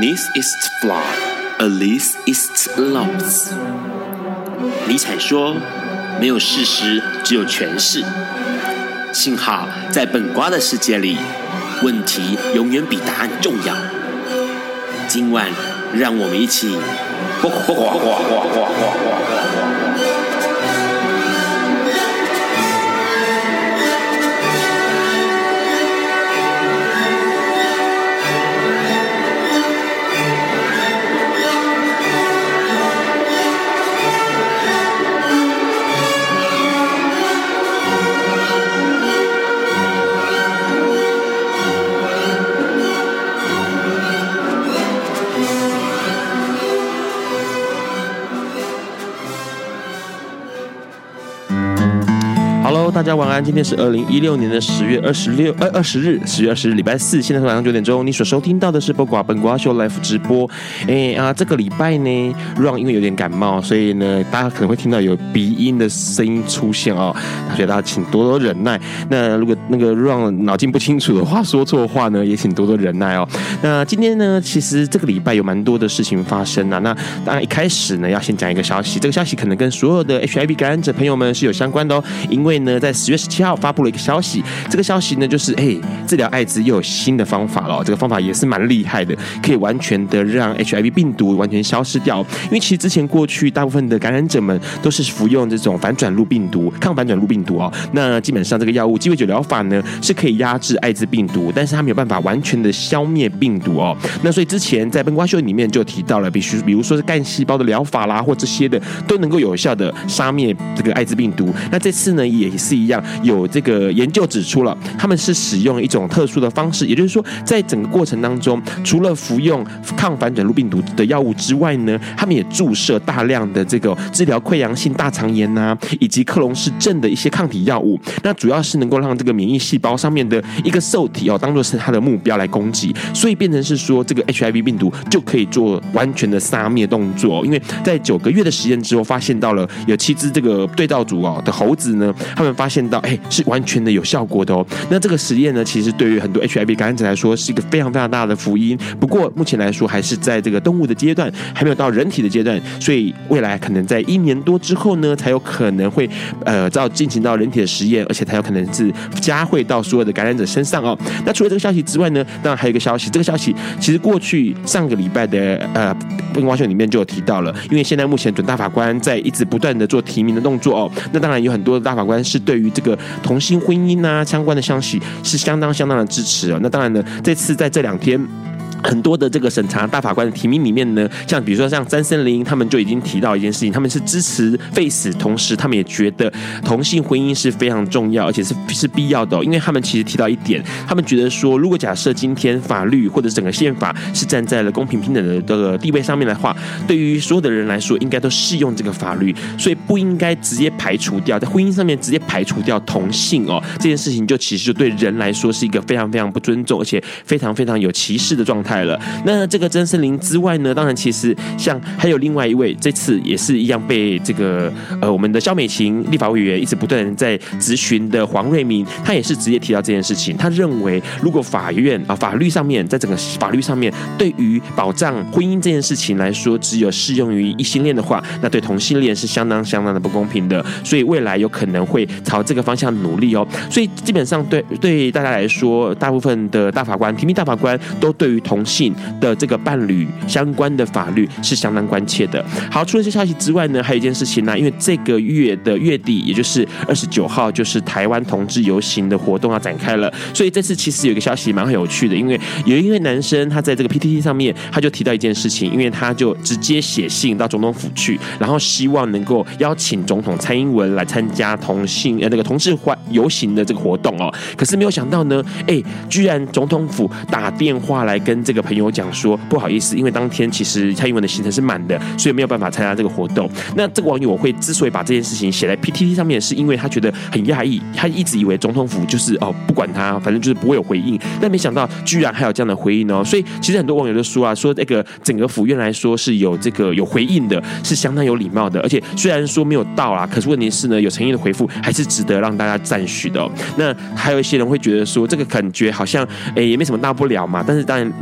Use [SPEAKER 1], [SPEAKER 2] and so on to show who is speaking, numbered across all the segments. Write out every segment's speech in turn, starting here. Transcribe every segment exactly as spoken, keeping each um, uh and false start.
[SPEAKER 1] This is flawed, at least it's lost. 尼采说，没有事实，只有诠释。幸好在本瓜的世界里，问题永远比答案重要。今晚，让我们一起。
[SPEAKER 2] Hello， 大家晚安。今天是二零一六年的十月二十六呃二十日，十月二十日礼拜四，现在是晚上九点钟。你所收听到的是播瓜本瓜秀 Live 直播。哎啊，这个礼拜呢 ，Ron 因为有点感冒，所以呢，大家可能会听到有鼻音的声音出现哦，所以大家请多多忍耐。那如果那个 Ron 脑筋不清楚的话，说错话呢，也请多多忍耐哦。那今天呢，其实这个礼拜有蛮多的事情发生啊。那当然一开始呢，要先讲一个消息，这个消息可能跟所有的 H I V 感染者朋友们是有相关的哦，因为呢，在十月十七号发布了一个消息，这个消息呢就是，哎，治疗艾滋又有新的方法了、哦，这个方法也是蛮厉害的，可以完全的让 H I V 病毒完全消失掉。因为其实之前过去大部分的感染者们都是服用这种反转录病毒、抗反转录病毒哦，那基本上这个药物鸡尾酒疗法呢是可以压制艾滋病毒，但是它没有办法完全的消灭病毒哦。那所以之前在本瓜秀里面就提到了，比如比如说是干细胞的疗法啦，或这些的都能够有效的杀灭这个艾滋病毒。那这次呢也是一样，有这个研究指出了，他们是使用一种特殊的方式，也就是说，在整个过程当中，除了服用抗反转录病毒的药物之外呢，他们也注射大量的这个治疗溃疡性大肠炎啊，以及克隆氏症的一些抗体药物。那主要是能够让这个免疫细胞上面的一个受体哦，当作是它的目标来攻击，所以变成是说，这个 H I V 病毒就可以做完全的杀灭动作。因为在九个月的实验之后，发现到了有七只这个对照组哦的猴子呢，他们发现到，哎，是完全的有效果的哦。那这个实验呢，其实对于很多 H I V 感染者来说是一个非常非常大的福音。不过目前来说，还是在这个动物的阶段，还没有到人体的阶段，所以未来可能在一年多之后呢，才有可能会呃，照进行到人体的实验，而且才有可能是加惠到所有的感染者身上哦。那除了这个消息之外呢，当然还有一个消息，这个消息其实过去上个礼拜的呃本瓜秀里面就有提到了，因为现在目前准大法官在一直不断的做提名的动作哦。那当然有很多的大法官是对于这个同性婚姻啊相关的消息是相当相当的支持哦。那当然呢，这次在这两天，很多的这个审查大法官的提名里面呢，像比如说像詹森林，他们就已经提到一件事情，他们是支持废死，同时他们也觉得同性婚姻是非常重要，而且是是必要的、哦。因为他们其实提到一点，他们觉得说，如果假设今天法律或者整个宪法是站在了公平平等的这个地位上面的话，对于所有的人来说，应该都适用这个法律，所以不应该直接排除掉在婚姻上面直接排除掉同性哦，这件事情就其实就对人来说是一个非常非常不尊重，而且非常非常有歧视的状态。那这个曾森林之外呢，当然其实像还有另外一位，这次也是一样被这个呃我们的萧美琴立法委员一直不断在质询的黄瑞明，他也是直接提到这件事情。他认为，如果法院啊法律上面，在整个法律上面对于保障婚姻这件事情来说，只有适用于异性恋的话，那对同性恋是相当相当的不公平的。所以未来有可能会朝这个方向努力哦。所以基本上对对大家来说，大部分的大法官、提名大法官都对于同性的这个伴侣相关的法律是相当关切的。好，除了这消息之外呢，还有一件事情呢、啊，因为这个月的月底，也就是二十九号，就是台湾同志游行的活动要展开了，所以这次其实有一个消息蛮有趣的，因为有一位男生他在这个 P T T 上面，他就提到一件事情，因为他就直接写信到总统府去，然后希望能够邀请总统蔡英文来参加同性呃那个同志游行的这个活动哦。可是没有想到呢，哎，居然总统府打电话来跟这个朋友讲说，不好意思，因为当天其实蔡英文的行程是满的，所以没有办法参加这个活动。那这个网友会之所以把这件事情写在 P T T 上面，是因为他觉得很讶异，他一直以为总统府就是哦不管他，反正就是不会有回应，但没想到居然还有这样的回应哦。所以其实很多网友就说啊，说这个整个府院来说是有这个有回应的，是相当有礼貌的，而且虽然说没有到啦，可是问题是呢，有诚意的回复还是值得让大家赞许的、哦。那还有一些人会觉得说，这个感觉好像诶也没什么大不了嘛，但是当然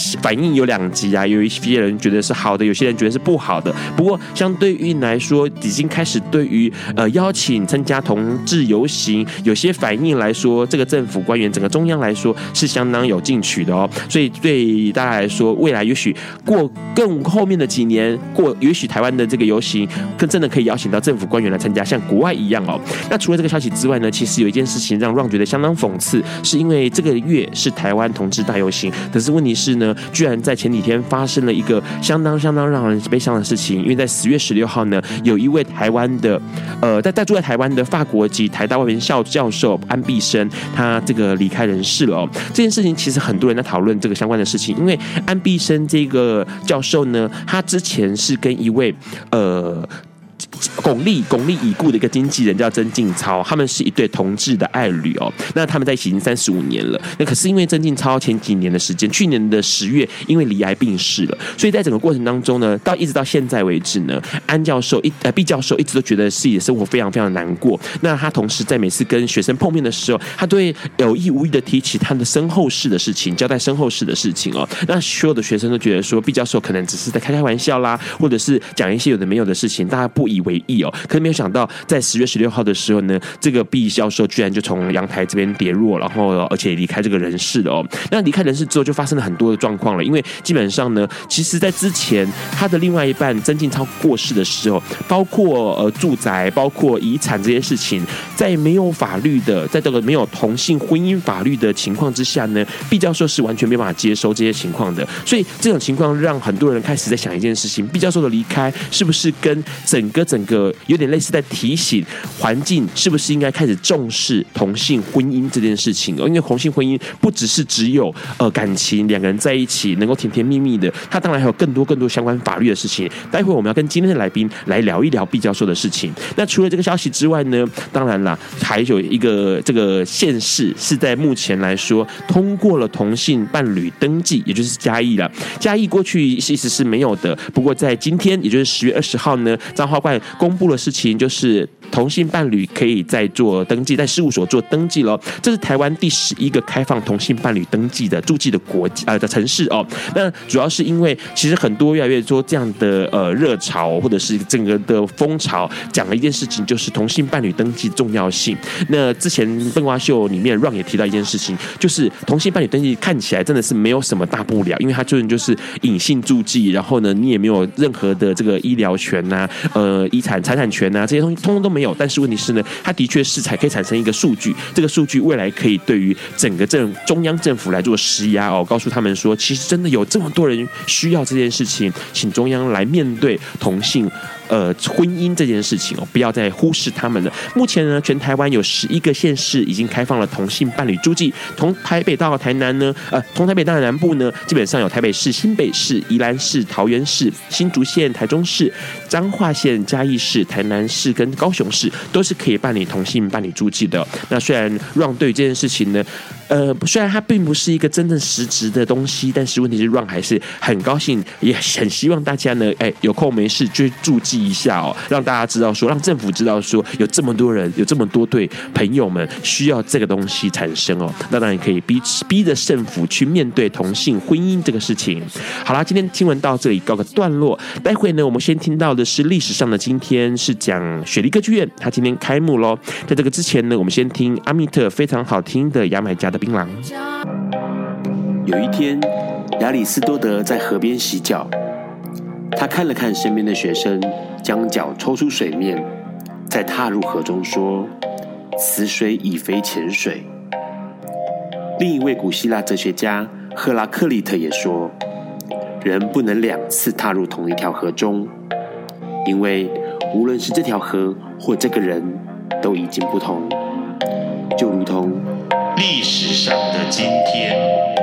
[SPEAKER 2] 反应有两极啊，有一些人觉得是好的，有些人觉得是不好的。不过相对于来说，已经开始对于呃邀请参加同志游行，有些反应来说，这个政府官员整个中央来说是相当有进取的哦。所以对大家来说，未来也许过更后面的几年，过也许台湾的这个游行，更真的可以邀请到政府官员来参加，像国外一样哦。那除了这个消息之外呢，其实有一件事情让 Ron 觉得相当讽刺，是因为这个月是台湾同志大游行，可是问题是呢，居然在前几天发生了一个相当相当让人悲伤的事情，因为在十月十六号呢，有一位台湾的呃在在住在台湾的法国籍台大外文校教授安毕生，他这个离开人世了哦。这件事情其实很多人在讨论这个相关的事情，因为安毕生这个教授呢，他之前是跟一位呃。巩俐巩俐已故的一个经纪人叫曾静超，他们是一对同志的爱侣哦。那他们在一起已经三十五年了。那可是因为曾静超前几年的时间，去年的十月因为罹癌病逝了，所以在整个过程当中呢，到一直到现在为止呢，安教授一呃毕教授一直都觉得自己的生活非常非常难过。那他同时在每次跟学生碰面的时候，他都会有意无意的提起他的身后事的事情，交代身后事的事情哦。那所有的学生都觉得说，毕教授可能只是在开开玩笑啦，或者是讲一些有的没有的事情，大家不以为意哦。可是没有想到，在十月十六号的时候呢，这个毕教授居然就从阳台这边跌落，然后而且离开这个人世了哦。那离开人世之后，就发生了很多的状况了。因为基本上呢，其实在之前他的另外一半曾静超过世的时候，包括呃住宅、包括遗产这些事情，在没有法律的，在这个没有同性婚姻法律的情况之下呢，毕教授是完全没办法接收这些情况的。所以这种情况让很多人开始在想一件事情：毕教授的离开是不是跟整个整个有点类似在提醒环境，是不是应该开始重视同性婚姻这件事情？因为同性婚姻不只是只有呃感情，两个人在一起能够甜甜蜜蜜的，它当然还有更多更多相关法律的事情。待会我们要跟今天的来宾来聊一聊毕教授的事情。那除了这个消息之外呢，当然啦，还有一个这个县市是在目前来说通过了同性伴侣登记，也就是嘉义啦。嘉义过去其实是没有的，不过在今天，也就是十月二十号呢，彰化县公布了事情，就是同性伴侣可以在做登记，在事务所做登记了。这是台湾第十一个开放同性伴侣登记的住记的国呃的城市哦。那主要是因为其实很多越来越多这样的呃热潮，或者是整个的风潮，讲了一件事情，就是同性伴侣登记重要性。那之前笨瓜秀里面 Ron 也提到一件事情，就是同性伴侣登记看起来真的是没有什么大不了，因为它就是就是隐性注记，然后呢你也没有任何的这个医疗权呐、啊、呃遗产财产权呐、啊、这些东西通通都没有。但是问题是呢，它的确是才可以产生一个数据，这个数据未来可以对于整个政中央政府来做施压哦，告诉他们说，其实真的有这么多人需要这件事情，请中央来面对同性呃婚姻这件事情哦，不要再忽视他们了。目前呢，全台湾有十一个县市已经开放了同性伴侣注记，从台北到台南呢，呃，从台北到南部呢，基本上有台北市、新北市、宜兰市、桃园市、新竹县、台中市、彰化县、嘉义市、台南市跟高雄市都是可以办理同性伴侣注记的。那虽然 Ron 对于这件事情呢，呃，虽然它并不是一个真正实质的东西，但是问题是 Ron 还是很高兴，也很希望大家呢，哎，有空没事就注记一下哦，让大家知道说，让政府知道说，有这么多人，有这么多对朋友们需要这个东西产生哦。那当然可以逼逼着政府去面对同性婚姻这个事情。好啦，今天新闻到这里告个段落。待会呢，我们先听到的是历史上的今天，是讲雪梨歌剧院，它今天开幕咯。在这个之前呢，我们先听阿密特非常好听的牙买加的槟榔。
[SPEAKER 1] 有一天，亚里士多德在河边洗脚，他看了看身边的学生，将脚抽出水面，再踏入河中说：“此水已非前水。”另一位古希腊哲学家赫拉克利特也说：“人不能两次踏入同一条河中，因为无论是这条河或这个人，都已经不同。”就如同
[SPEAKER 2] 历史上的今天。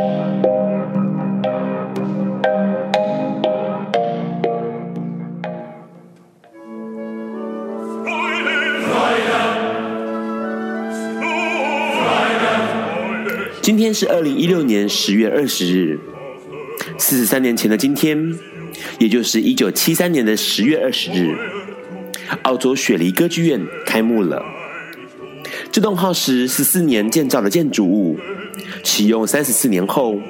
[SPEAKER 1] 今天是二零一六年十月二十日，四十三年前的今天，也就是一九七三年的十月二十日，澳洲雪梨歌剧院开幕了。这栋耗时十四年建造的建筑物，启用三十四年后，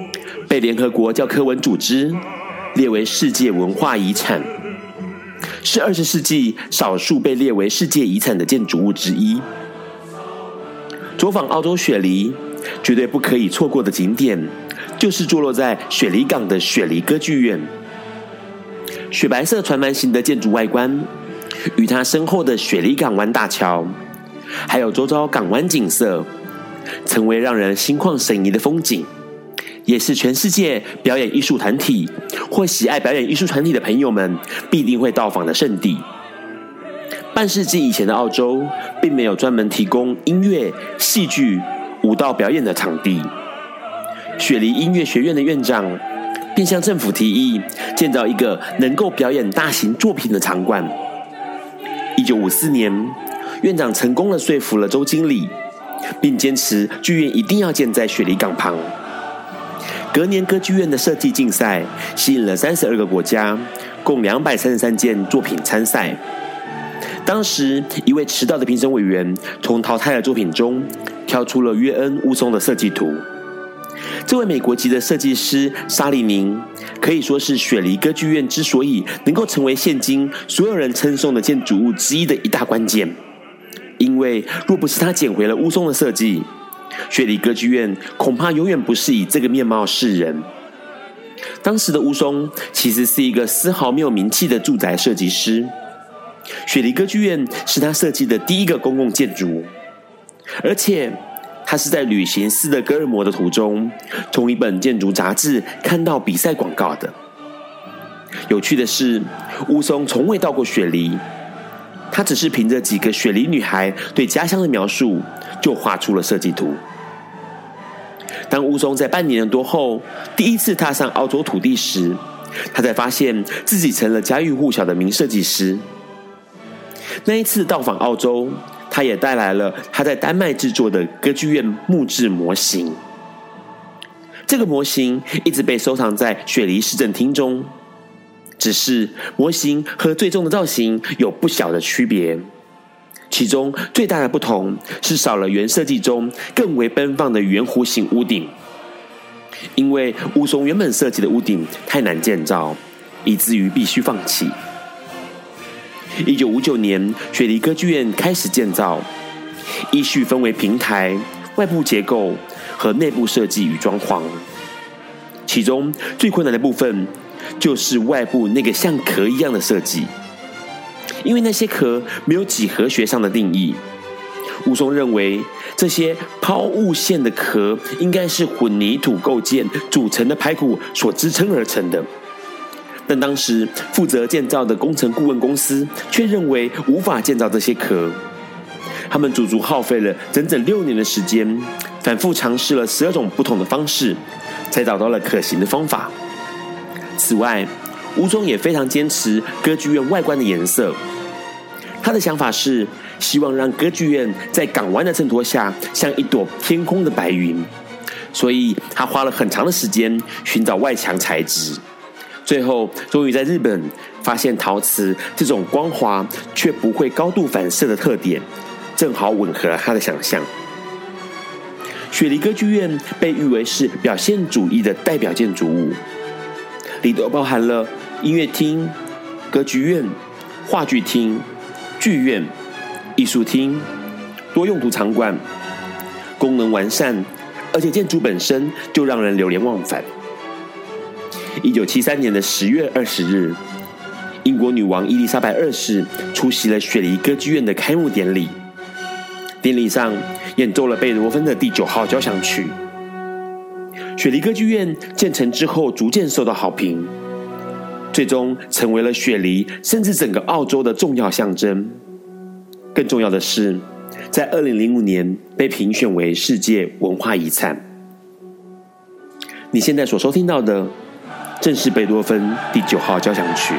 [SPEAKER 1] 被联合国教科文组织列为世界文化遗产，是二十世纪少数被列为世界遗产的建筑物之一。走访澳洲雪梨，绝对不可以错过的景点，就是坐落在雪梨港的雪梨歌剧院。雪白色船帆形的建筑外观，与它身后的雪梨港湾大桥，还有周遭港湾景色，成为让人心旷神怡的风景，也是全世界表演艺术团体或喜爱表演艺术团体的朋友们必定会到访的圣地。半世纪以前的澳洲并没有专门提供音乐、戏剧、舞蹈表演的场地。雪梨音乐学院的院长便向政府提议建造一个能够表演大型作品的场馆。一九五四年，院长成功地说服了周经理，并坚持剧院一定要建在雪梨港旁。隔年歌剧院的设计竞赛吸引了三十二个国家，共两百三十三件作品参赛。当时一位迟到的评审委员从淘汰的作品中挑出了约恩·乌松的设计图。这位美国籍的设计师沙利宁可以说是雪梨歌剧院之所以能够成为现今所有人称颂的建筑物之一的一大关键，因为若不是他捡回了乌松的设计，雪梨歌剧院恐怕永远不是以这个面貌示人。当时的乌松其实是一个丝毫没有名气的住宅设计师，雪梨歌剧院是他设计的第一个公共建筑，而且他是在旅行斯德哥尔摩的途中，从一本建筑杂志看到比赛广告的。有趣的是，乌松从未到过雪梨，他只是凭着几个雪梨女孩对家乡的描述，就画出了设计图。当乌松在半年多后第一次踏上澳洲土地时，他才发现自己成了家喻户晓的名设计师。那一次到访澳洲，他也带来了他在丹麦制作的歌剧院木质模型。这个模型一直被收藏在雪梨市政厅中，只是模型和最终的造型有不小的区别。其中最大的不同是少了原设计中更为奔放的圆弧形屋顶，因为乌松原本设计的屋顶太难建造，以至于必须放弃。一九五九年，雪梨歌剧院开始建造，依序分为平台、外部结构和内部设计与装潢。其中最困难的部分就是外部那个像壳一样的设计，因为那些壳没有几何学上的定义。乌松认为这些抛物线的壳应该是混凝土构件组成的排骨所支撑而成的，但当时负责建造的工程顾问公司却认为无法建造这些壳。他们足足耗费了整整六年的时间，反复尝试了十二种不同的方式，才找到了可行的方法。此外，乌松也非常坚持歌剧院外观的颜色。他的想法是希望让歌剧院在港湾的衬托下像一朵天空的白云，所以他花了很长的时间寻找外墙材质。最后终于在日本发现陶瓷这种光滑却不会高度反射的特点，正好吻合他的想象。雪梨歌剧院被誉为是表现主义的代表建筑物，里头包含了音乐厅、歌剧院、话剧厅、剧院、艺术厅、多用途场馆，功能完善，而且建筑本身就让人流连忘返。一九七三年的十月二十日，英国女王伊丽莎白二世出席了雪梨歌剧院的开幕典礼。典礼上演奏了贝多芬的第九号交响曲。雪梨歌剧院建成之后逐渐受到好评，最终成为了雪梨甚至整个澳洲的重要象征。更重要的是，在二零零五年被评选为世界文化遗产。你现在所收听到的正是贝多芬第九号交响曲。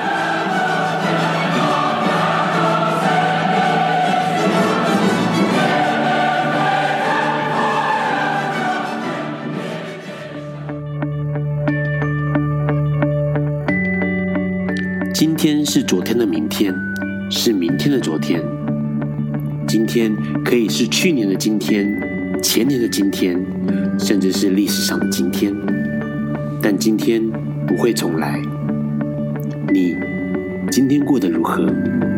[SPEAKER 1] 今天是昨天的明天，是明天的昨天。今天可以是去年的今天，前年的今天，甚至是历史上的今天。 但今天不会重来。你今天过得如何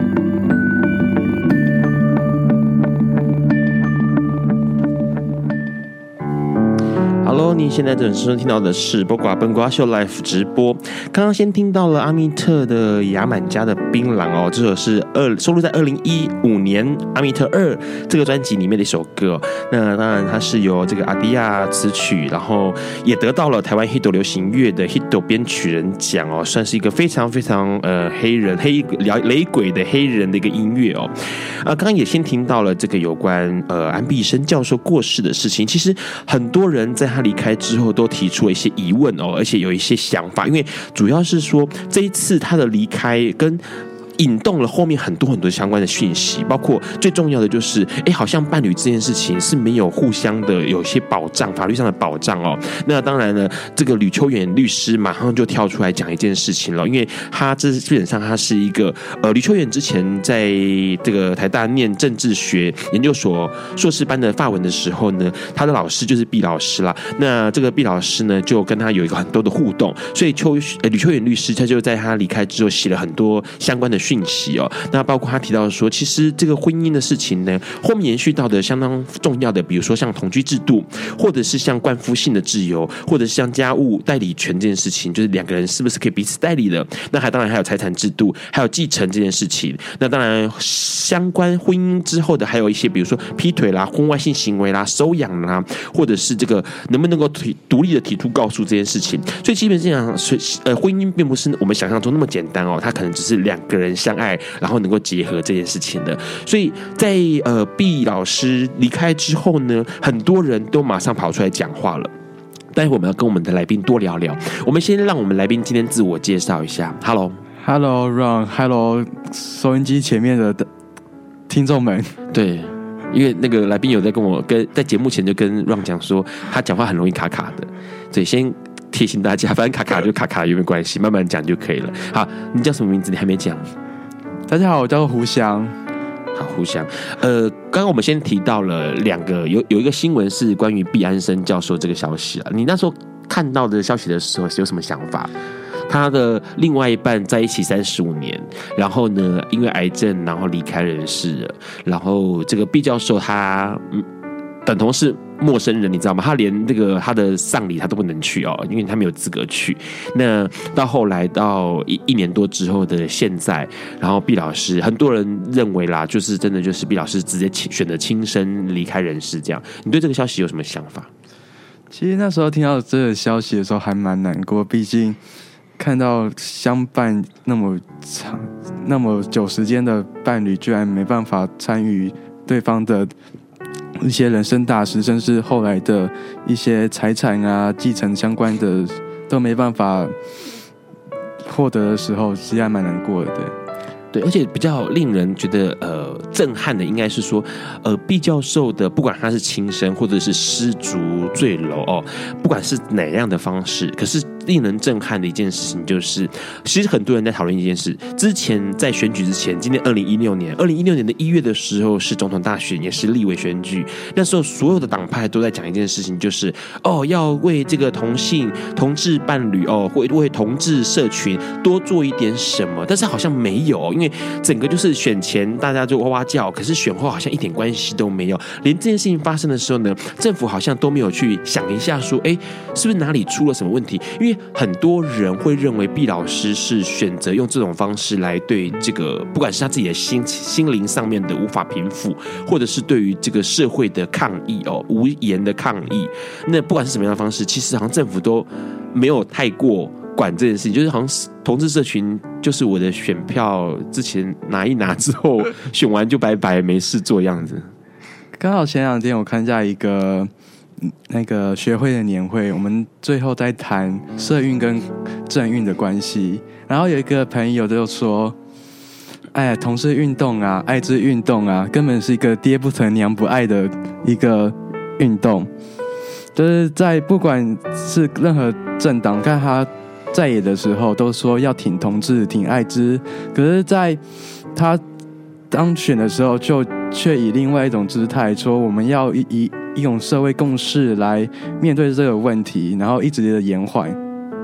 [SPEAKER 2] ？Hello， 你现在正收听到的是播瓜笨瓜秀 Live 直播。刚刚先听到了阿密特的《牙买加的槟榔》哦，这首是二收录在二零一五年阿密特二这个专辑里面的一首歌、哦。那当然它是由这个阿迪亚词曲，然后也得到了台湾 Hito 流行乐的 Hito 编曲人奖哦，算是一个非常非常呃黑人黑雷鬼的黑人的一个音乐哦。啊，刚刚也先听到了这个有关呃安毕生教授过世的事情，其实很多人在他离开之后都提出了一些疑问哦，而且有一些想法，因为主要是说这一次他的离开跟引动了后面很多很多相关的讯息，包括最重要的就是，哎，好像伴侣这件事情是没有互相的有一些保障，法律上的保障哦。那当然呢，这个吕秋远律师马上就跳出来讲一件事情了，因为他这基本上他是一个呃，吕秋远之前在这个台大念政治学研究所硕士班的法文的时候呢，他的老师就是毕老师啦。那这个毕老师呢，就跟他有一个很多的互动，所以邱呃吕秋远律师他就在他离开之后写了很多相关的讯息哦，那包括他提到说，其实这个婚姻的事情呢，后面延续到的相当重要的，比如说像同居制度，或者是像冠夫性的自由，或者是像家务代理权这件事情，就是两个人是不是可以彼此代理的？那还当然还有财产制度，还有继承这件事情。那当然相关婚姻之后的，还有一些比如说劈腿啦、婚外性行为啦、收养啦，或者是这个能不能够独立的提出告诉这件事情。所以基本上，呃，婚姻并不是我们想象中那么简单哦，它可能只是两个人相爱，然后能够结合这件事情的。所以在呃毕老师离开之后呢，很多人都马上跑出来讲话了。待会我们要跟我们的来宾多聊聊。我们先让我们来宾今天自我介绍一下。Hello，Hello
[SPEAKER 3] Ron，Hello， 收音机前面的听众们。
[SPEAKER 2] 对，因为那个来宾有在跟我跟在节目前就跟 Ron 讲说，他讲话很容易卡卡的，所以先提醒大家，反正卡卡就卡卡，有没有关系，慢慢讲就可以了。好，你叫什么名字？你还没讲。
[SPEAKER 3] 大家好，我叫做胡翔。
[SPEAKER 2] 好，胡翔。呃，刚刚我们先提到了两个，有有一个新闻是关于毕安生教授这个消息啊。你那时候看到的消息的时候，有什么想法？他的另外一半在一起三十五年，然后呢，因为癌症，然后离开人世了。然后这个毕教授他，嗯，等同是陌生人，你知道吗？他连这个他的丧礼他都不能去哦，因为他没有资格去。那到后来到一一年多之后的现在，然后毕老师，很多人认为啦，就是真的就是毕老师直接选择轻生离开人世这样。你对这个消息有什么想法？
[SPEAKER 3] 其实那时候听到这个消息的时候还蛮难过，毕竟看到相伴那么长、那么久时间的伴侣，居然没办法参与对方的一些人生大事，甚至后来的一些财产啊、继承相关的都没办法获得的时候，其实还蛮难过的。对。
[SPEAKER 2] 对，而且比较令人觉得呃震撼的，应该是说，呃，毕教授的不管他是轻生或者是失足坠楼哦，不管是哪样的方式，可是令人震撼的一件事情就是，其实很多人在讨论一件事。之前在选举之前，今年二零一六年，二零一六年的一月的时候是总统大选，也是立委选举。那时候所有的党派都在讲一件事情，就是哦，要为这个同性、同志伴侣哦，会为同志社群多做一点什么。但是好像没有，因为整个就是选前大家就哇哇叫，可是选后好像一点关系都没有。连这件事情发生的时候呢，政府好像都没有去想一下说，哎，是不是哪里出了什么问题？因为很多人会认为毕老师是选择用这种方式来对这个，不管是他自己的心心灵上面的无法平复，或者是对于这个社会的抗议哦，无言的抗议。那不管是什么样的方式，其实好像政府都没有太过管这件事情，就是好像同志社群就是我的选票，之前拿一拿之后，选完就拜拜，没事做样子。
[SPEAKER 3] 刚好前两天我看下一个那个学会的年会，我们最后在谈社运跟政运的关系，然后有一个朋友就说：“哎，同志运动啊，爱之运动啊，根本是一个爹不疼娘不爱的一个运动。就是在不管是任何政党，看他在野的时候，都说要挺同志、挺爱之，可是在他当选的时候，就却以另外一种姿态说，我们要以一种社会共识来面对这个问题，然后一直的延缓。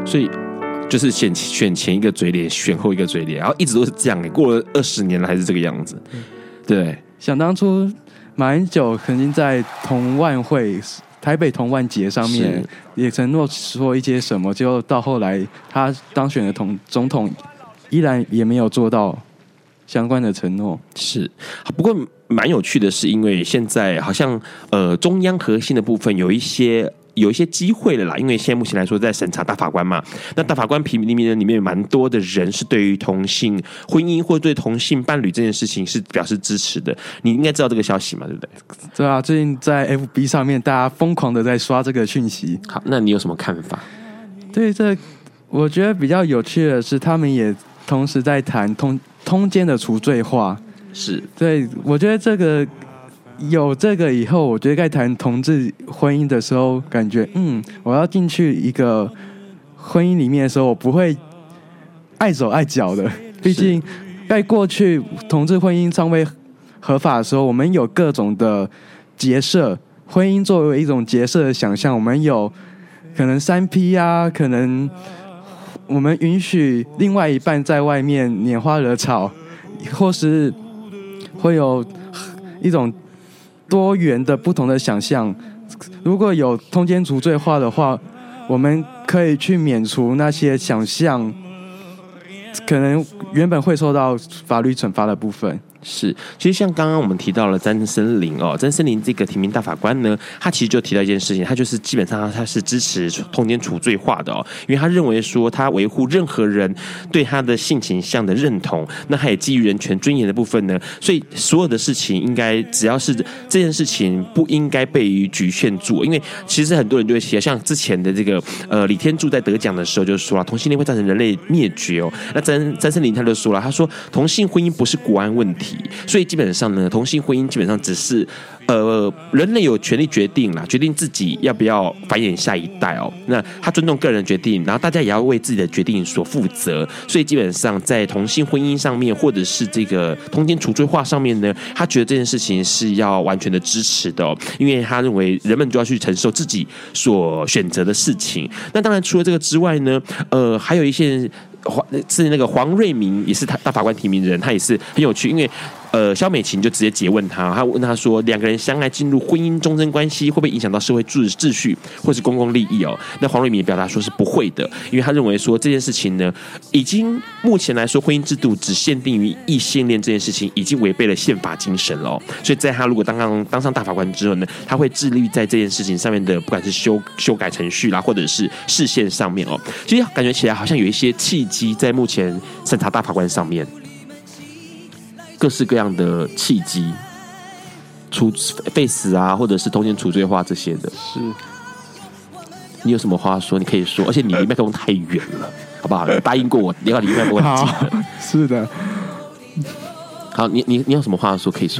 [SPEAKER 2] 所以就是选选前一个嘴脸，选后一个嘴脸，然后一直都是这样，过了二十年了还是这个样子。对，
[SPEAKER 3] 想当初马英九曾经在同万会、台北同万节上面也承诺说一些什么，结果到后来他当选的总总统，依然也没有做到相关的承诺。
[SPEAKER 2] 是，不过蛮有趣的是，因为现在好像呃中央核心的部分有一些。有一些机会了啦，因为现在目前来说在审查大法官嘛，那大法官评里面里面有蛮多的人是对于同性婚姻或对同性伴侣这件事情是表示支持的，你应该知道这个消息嘛，对不对？
[SPEAKER 3] 对啊，最近在 F B 上面大家疯狂的在刷这个讯息。
[SPEAKER 2] 好，那你有什么看法？
[SPEAKER 3] 对，这我觉得比较有趣的是，他们也同时在谈通通奸的除罪化。
[SPEAKER 2] 是，
[SPEAKER 3] 对，我觉得这个。有这个以后，我觉得在谈同志婚姻的时候，感觉嗯，我要进去一个婚姻里面的时候，我不会碍手碍脚的。毕竟在过去同志婚姻尚未合法的时候，我们有各种的结社，婚姻作为一种结社的想象，我们有可能三 P 啊，可能我们允许另外一半在外面拈花惹草，或是会有一种多元的不同的想象。如果有通奸除罪化的话，我们可以去免除那些想象可能原本会受到法律惩罚的部分。
[SPEAKER 2] 是，其实像刚刚我们提到了詹森林哦，詹森林这个提名大法官呢，他其实就提到一件事情，他就是基本上他是支持通奸除罪化的哦，因为他认为说他维护任何人对他的性倾向的认同，那他也基于人权尊严的部分呢，所以所有的事情应该只要是这件事情不应该被于局限住，因为其实很多人就会写，像之前的这个呃李天柱在得奖的时候就说了，同性恋会造成人类灭绝哦，那詹詹森林他就说了，他说同性婚姻不是国安问题。所以基本上呢，同性婚姻基本上只是呃人类有权利决定啦，决定自己要不要繁衍下一代哦。那他尊重个人决定，然后大家也要为自己的决定所负责。所以基本上在同性婚姻上面，或者是这个通奸除罪化上面呢，他觉得这件事情是要完全的支持的哦，因为他认为人们就要去承受自己所选择的事情。那当然除了这个之外呢，呃，还有一些。是那个黄瑞明，也是大法官提名人，他也是很有趣，因为呃，萧美琴就直接诘问他，他问他说，两个人相爱进入婚姻忠贞关系，会不会影响到社会秩序或是公共利益哦？那黄瑞明也表达说是不会的，因为他认为说这件事情呢，已经目前来说婚姻制度只限定于异性恋这件事情，已经违背了宪法精神了哦。所以在他如果当上当上大法官之后呢，他会致力在这件事情上面的，不管是修修改程序啦，或者是释宪上面哦，其实感觉起来好像有一些契机在目前审查大法官上面。各式各样的契机，除废死啊，或者是通奸除罪化这些的。
[SPEAKER 3] 是，
[SPEAKER 2] 你有什么话说？你可以说，而且你离麦克风太远了，好不好？答应过我，你要离麦克风很近的。
[SPEAKER 3] 是的。
[SPEAKER 2] 好，你你你有什么话说？可以说。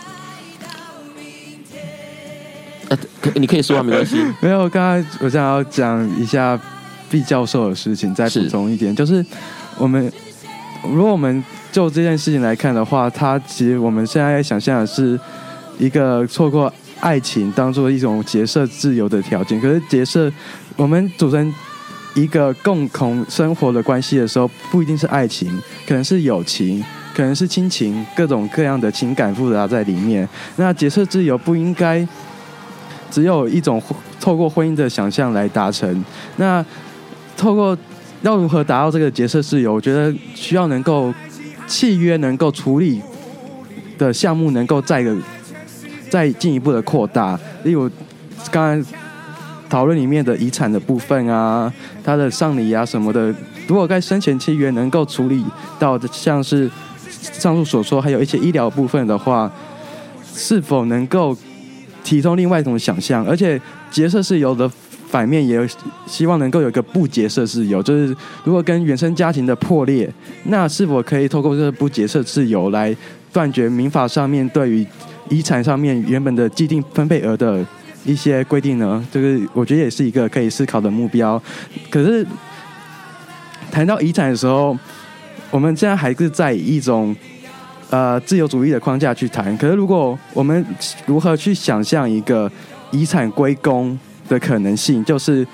[SPEAKER 2] 呃，你可以说啊，没关系。
[SPEAKER 3] 没有，刚才我想要讲一下毕教授的事情，再补充一点，就是我们如果我们就这件事情来看的话，它其实我们现在想象的是一个错过爱情当做一种结社自由的条件。可是结社，我们组成一个共同生活的关系的时候，不一定是爱情，可能是友情，可能是亲情，各种各样的情感复杂在里面。那结社自由不应该只有一种透过婚姻的想象来达成。那透过要如何达到这个结社自由，我觉得需要能够契约能够处理的项目能够再再进一步的扩大，例如刚才讨论里面的遗产的部分啊，他的丧礼啊什么的，如果在生前契约能够处理到的，像是上述所说，还有一些医疗部分的话，是否能够提供另外一种想象？而且结社自由的反面也希望能够有一个不结社自由，就是如果跟原生家庭的破裂，那是否可以透过这个不结社自由来断绝民法上面对于遗产上面原本的既定分配额的一些规定呢？这个我觉得也是一个可以思考的目标。可是谈到遗产的时候，我们现在还是在一种呃自由主义的框架去谈。可是如果我们如何去想象一个遗产归公的可能性，就是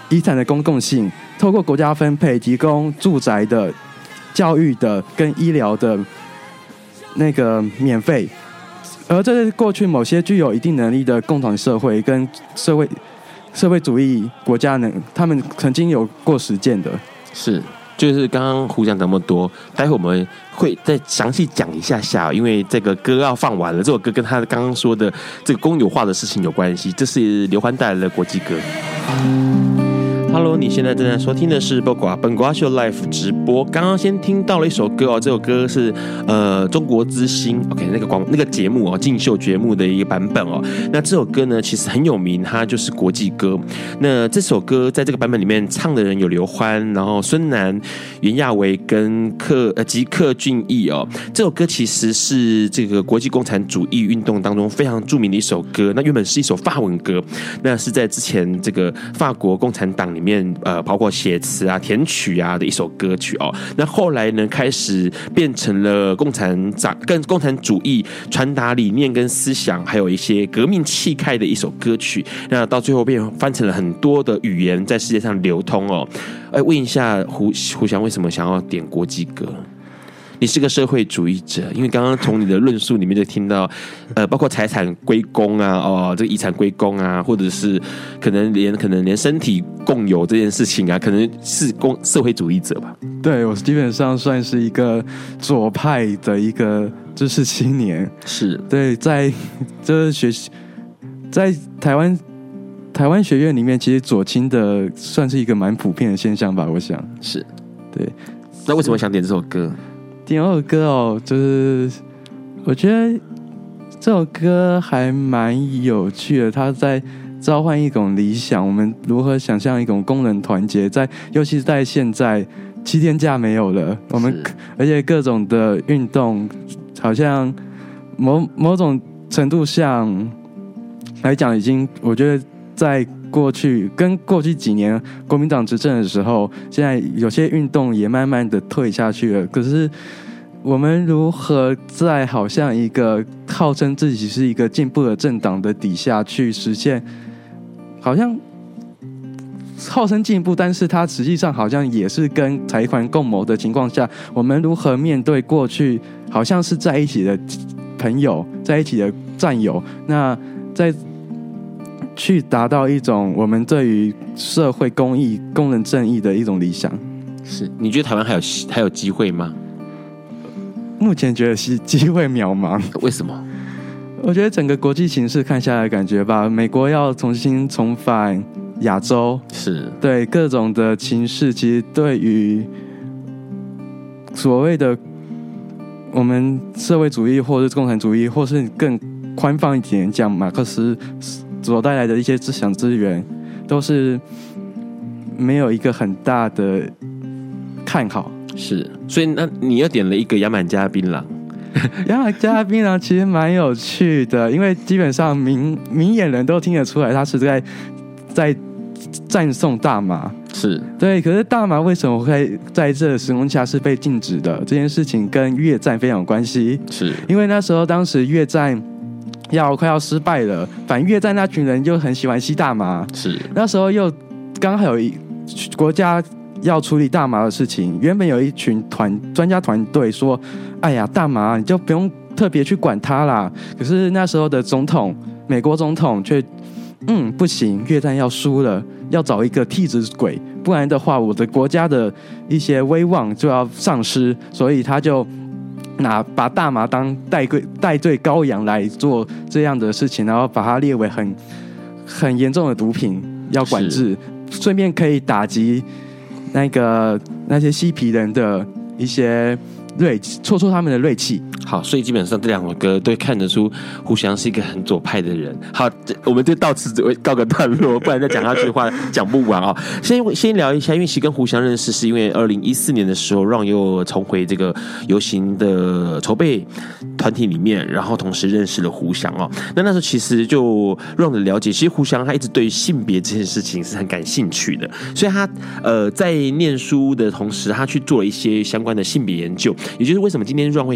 [SPEAKER 3] 遗产的公共性，透过国家分配提供住宅的、教育的跟医疗的那个免费，而这是过去某些具有一定能力的共产社会跟社会社会主义国家呢，他们曾经有过实践的。
[SPEAKER 2] 是。就是刚刚胡讲那么多，待会我们会再详细讲一下下，因为这个歌要放完了，这首歌跟他刚刚说的这个公有化的事情有关系，这是刘欢带来的国际歌。Hello， 你现在正在收听的是本瓜本瓜秀 Live 直播。刚刚先听到了一首歌哦，这首歌是呃中国之星 OK 那个广那个节目哦，竞秀节目的一个版本哦。那这首歌呢，其实很有名，它就是国际歌。那这首歌在这个版本里面唱的人有刘欢，然后孙楠、袁娅维跟克呃及克俊逸哦。这首歌其实是这个国际共产主义运动当中非常著名的一首歌。那原本是一首法文歌，那是在之前这个法国共产党里面。面呃，包括写词啊、填曲啊的一首歌曲哦。那后来呢，开始变成了共产党跟共产主义传达理念跟思想，还有一些革命气概的一首歌曲。那到最后变翻成了很多的语言，在世界上流通哦。哎，问一下胡胡翔，为什么想要点国际歌？你是个社会主义者，因为刚刚从你的论述里面就听到，呃，包括财产归公啊，哦，这个遗产归公啊，或者是可能连可能连身体共有这件事情啊，可能是公社会主义者吧？
[SPEAKER 3] 对，我基本上算是一个左派的一个知识青年，
[SPEAKER 2] 是
[SPEAKER 3] 对，在就是学习在台湾台湾学院里面，其实左倾的算是一个蛮普遍的现象吧，我想
[SPEAKER 2] 是
[SPEAKER 3] 对。
[SPEAKER 2] 那为什么想点这首歌？
[SPEAKER 3] 点这首歌哦，就是我觉得这首歌还蛮有趣的，它在召唤一种理想，我们如何想象一种工人团结，在尤其是在现在七天假没有了，我们而且各种的运动好像某某种程度上来讲，已经我觉得在过去跟过去几年国民党执政的时候，现在有些运动也慢慢的退下去了。可是我们如何在好像一个号称自己是一个进步的政党的底下去实现，好像号称进步，但是它实际上好像也是跟财团共谋的情况下，我们如何面对过去好像是在一起的朋友，在一起的战友，那在去达到一种我们对于社会公益、公人正义的一种理想。
[SPEAKER 2] 是，你觉得台湾还有还有机会吗？
[SPEAKER 3] 目前觉得是机会渺茫。
[SPEAKER 2] 为什么？
[SPEAKER 3] 我觉得整个国际形势看下来，感觉吧，美国要重新重返亚洲，
[SPEAKER 2] 是
[SPEAKER 3] 对各种的情势，其实对于所谓的我们社会主义，或是共产主义，或是更宽放一点讲，马克思所带来的一些思想资源，都是没有一个很大的看好。
[SPEAKER 2] 是，所以那你又点了一个牙买加槟榔。
[SPEAKER 3] 牙买加槟榔其实蛮有趣的，因为基本上明明眼人都听得出来，他是在在赞颂大麻。
[SPEAKER 2] 是
[SPEAKER 3] 对，可是大麻为什么会在这个时空下是被禁止的？这件事情跟越战非常有关系。
[SPEAKER 2] 是
[SPEAKER 3] 因为那时候当时越战要快要失败了，反越战那群人就很喜欢吸大麻。
[SPEAKER 2] 是
[SPEAKER 3] 那时候又刚好有一国家要处理大麻的事情，原本有一群团专家团队说：“哎呀，大麻你就不用特别去管它啦。”可是那时候的总统，美国总统却嗯不行，越战要输了，要找一个替死鬼，不然的话，我的国家的一些威望就要丧失，所以他就拿把大麻当代罪代罪羔羊来做这样的事情，然后把它列为很很严重的毒品要管制，顺便可以打击那个那些嬉皮人的一些锐气，挫挫他们的锐气。
[SPEAKER 2] 好，所以基本上这两首歌都看得出胡翔是一个很左派的人。好，我们就到此告个段落，不然再讲下去的话讲不完哦。先先聊一下，因为其实跟胡翔认识是因为二零一四年的时候，让又重回这个游行的筹备团体里面，然后同时认识了胡翔哦。那那时候其实就让人了解，其实胡翔他一直对性别这件事情是很感兴趣的，所以他呃在念书的同时，他去做了一些相关的性别研究，也就是为什么今天让会想找他。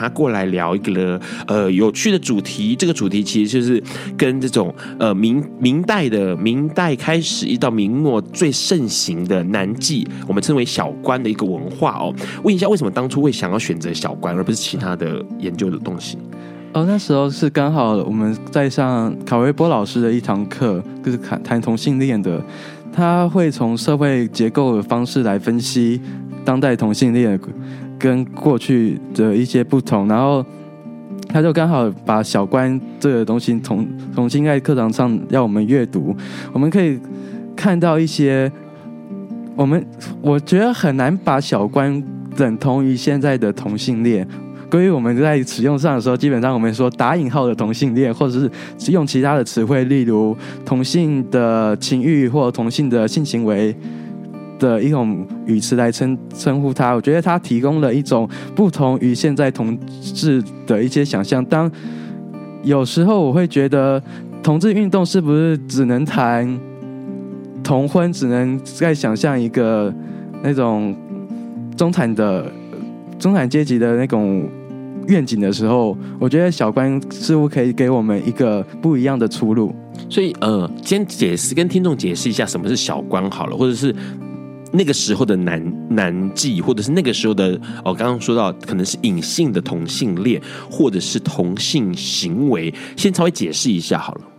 [SPEAKER 2] 他过来聊一个呃有趣的主题。这个主题其实就是跟这种呃明明代的明代开始一到明末最盛行的南纪，我们称为小官的一个文化哦。问一下，为什么当初会想要选择小官，而不是其他的研究的东西？
[SPEAKER 3] 哦，那时候是刚好我们在上卡维波老师的一堂课，就是谈同性恋的，他会从社会结构的方式来分析当代同性恋跟过去的一些不同，然后他就刚好把小官这个东西从重新在课堂上要我们阅读，我们可以看到一些我们我觉得很难把小官等同于现在的同性恋。关于我们在使用上的时候，基本上我们说打引号的同性恋，或者是用其他的词汇，例如同性的情欲或同性的性行为的一种语词来称称呼它。我觉得它提供了一种不同于现在同志的一些想象。当有时候我会觉得，同志运动是不是只能谈同婚，只能在想象一个那种中产的中产阶级的那种愿景的时候，我觉得小官似乎可以给我们一个不一样的出路。
[SPEAKER 2] 所以呃，先解释跟听众解释一下什么是小官好了，或者是那个时候的男男妓，或者是那个时候的哦，刚刚说到可能是隐性的同性恋，或者是同性行为，先稍微解释一下好了。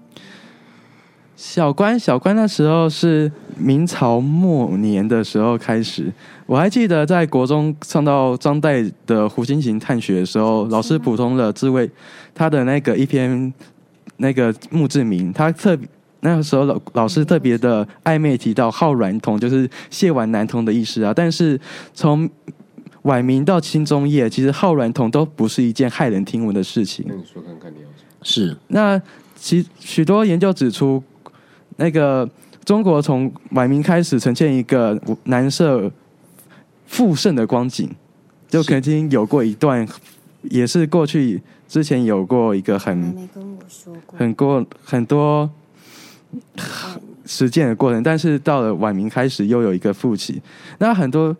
[SPEAKER 3] 小官，小官那时候是明朝末年的时候开始。我还记得在国中上到张岱的《湖心行探学》的时候，老师补充了自卫他的那个一篇那个墓志铭，他特那个时候 老, 老师特别的暧昧提到好阮童，就是谢婉男童的意思啊。但是从晚明到清中叶，其实好阮童都不是一件骇人听闻的事情。
[SPEAKER 2] 那你说看看你要是
[SPEAKER 3] 那其许多研究指出，那个中国从晚明开始呈现一个男色复盛的光景，就肯定有过一段，也是过去之前有过一个很很过很多实践的过程，但是到了晚明开始又有一个复起。那很多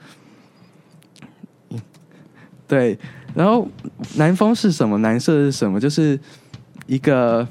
[SPEAKER 3] 对，然后南风是什么？男色是什么？就是一个。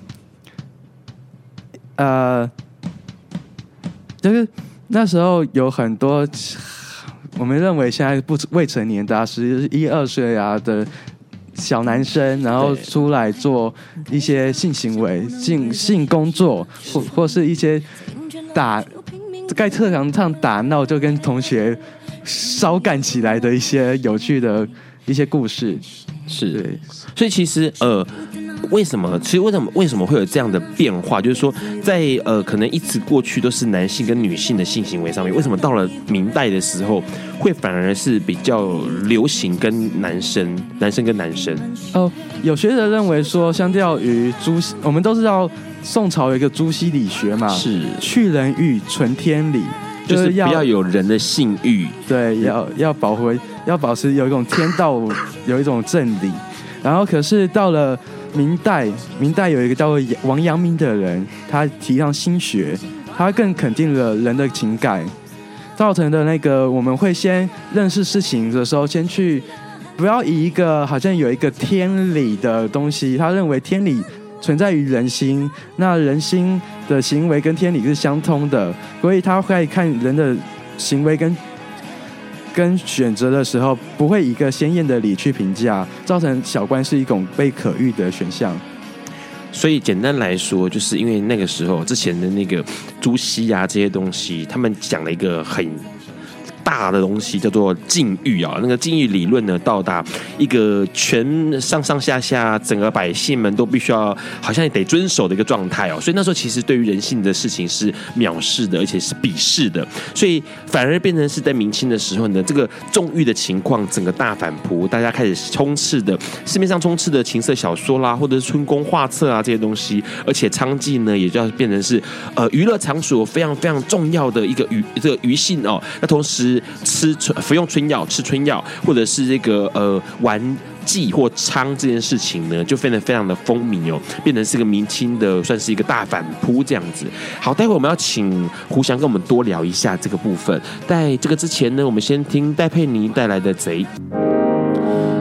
[SPEAKER 3] 呃，就是那时候有很多我们认为现在不未成年的啊，十一二岁啊的小男生，然后出来做一些性行为、性性工作，或或是一些打在课堂上打闹，就跟同学烧干起来的一些有趣的一些故事。
[SPEAKER 2] 是，对，所以其实呃。为什么？其实为什么为什么会有这样的变化？就是说，在呃，可能一直过去都是男性跟女性的性行为上面，为什么到了明代的时候，会反而是比较流行跟男生、男生跟男生？
[SPEAKER 3] 哦，有学者认为说，相较于朱熹，我们都知道宋朝有一个朱熹理学嘛，是去人欲，存天理。
[SPEAKER 2] 就是不要有人的性欲，
[SPEAKER 3] 对，要要保护，要保持有一种天道，有一种正理。然后，可是到了明代，明代有一个叫做王阳明的人，他提倡心学，他更肯定了人的情感，造成的那个我们会先认识事情的时候，先去不要以一个好像有一个天理的东西，他认为天理存在于人心，那人心的行为跟天理是相通的，所以他会看人的行为跟跟选择的时候，不会以一个鲜艳的理去评价，造成小官是一种被可遇的选项。
[SPEAKER 2] 所以简单来说，就是因为那个时候之前的那个朱熹啊这些东西，他们讲了一个很大的东西叫做禁欲啊，那个禁欲理论呢，到达一个全上上下下整个百姓们都必须要好像得遵守的一个状态哦。所以那时候其实对于人性的事情是藐视的，而且是鄙视的，所以反而变成是在明清的时候呢，这个纵欲的情况整个大反扑，大家开始充斥的市面上充斥的情色小说啦，或者是春宫画册啊这些东西，而且娼妓呢也就要变成是呃娱乐场所非常非常重要的一个娱这个娱性哦。那同时吃服用春药、吃春药，或者是这个呃玩妓或娼这件事情呢，就变得非常的风靡哦，变成是个明清的算是一个大反扑这样子。好，待会我们要请胡翔跟我们多聊一下这个部分。在这个之前呢，我们先听戴佩妮带来的《贼》。